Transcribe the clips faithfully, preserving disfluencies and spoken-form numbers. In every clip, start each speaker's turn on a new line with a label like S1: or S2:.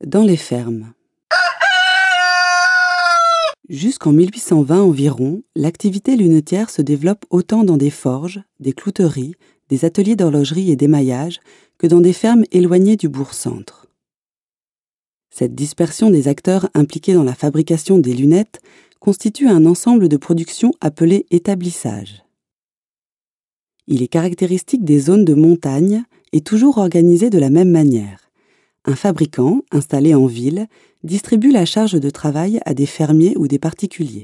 S1: Dans les fermes. Jusqu'en mille huit cent vingt environ, l'activité lunetière se développe autant dans des forges, des clouteries, des ateliers d'horlogerie et d'émaillage que dans des fermes éloignées du bourg-centre. Cette dispersion des acteurs impliqués dans la fabrication des lunettes constitue un ensemble de production appelé établissage. Il est caractéristique des zones de montagne et toujours organisé de la même manière. Un fabricant, installé en ville, distribue la charge de travail à des fermiers ou des particuliers.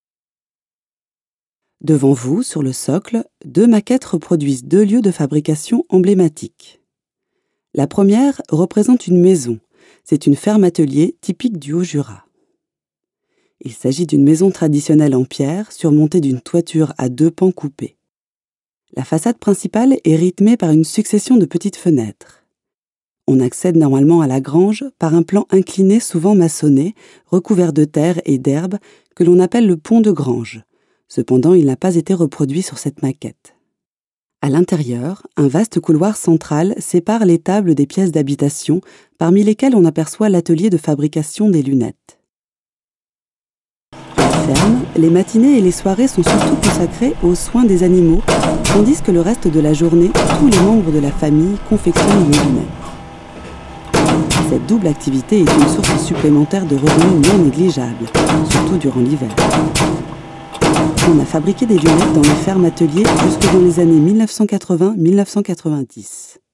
S1: Devant vous, sur le socle, deux maquettes reproduisent deux lieux de fabrication emblématiques. La première représente une maison. C'est une ferme-atelier typique du Haut-Jura. Il s'agit d'une maison traditionnelle en pierre surmontée d'une toiture à deux pans coupés. La façade principale est rythmée par une succession de petites fenêtres. On accède normalement à la grange par un plan incliné souvent maçonné, recouvert de terre et d'herbe, que l'on appelle le pont de grange. Cependant, il n'a pas été reproduit sur cette maquette. À l'intérieur, un vaste couloir central sépare les tables des pièces d'habitation, parmi lesquelles on aperçoit l'atelier de fabrication des lunettes. À la ferme, les matinées et les soirées sont surtout consacrées aux soins des animaux, tandis que le reste de la journée, tous les membres de la famille confectionnent les lunettes. Cette double activité est une source supplémentaire de revenus non négligeables, surtout durant l'hiver. On a fabriqué des lunettes dans les fermes ateliers jusque dans les années mille neuf cent quatre-vingts à mille neuf cent quatre-vingt-dix.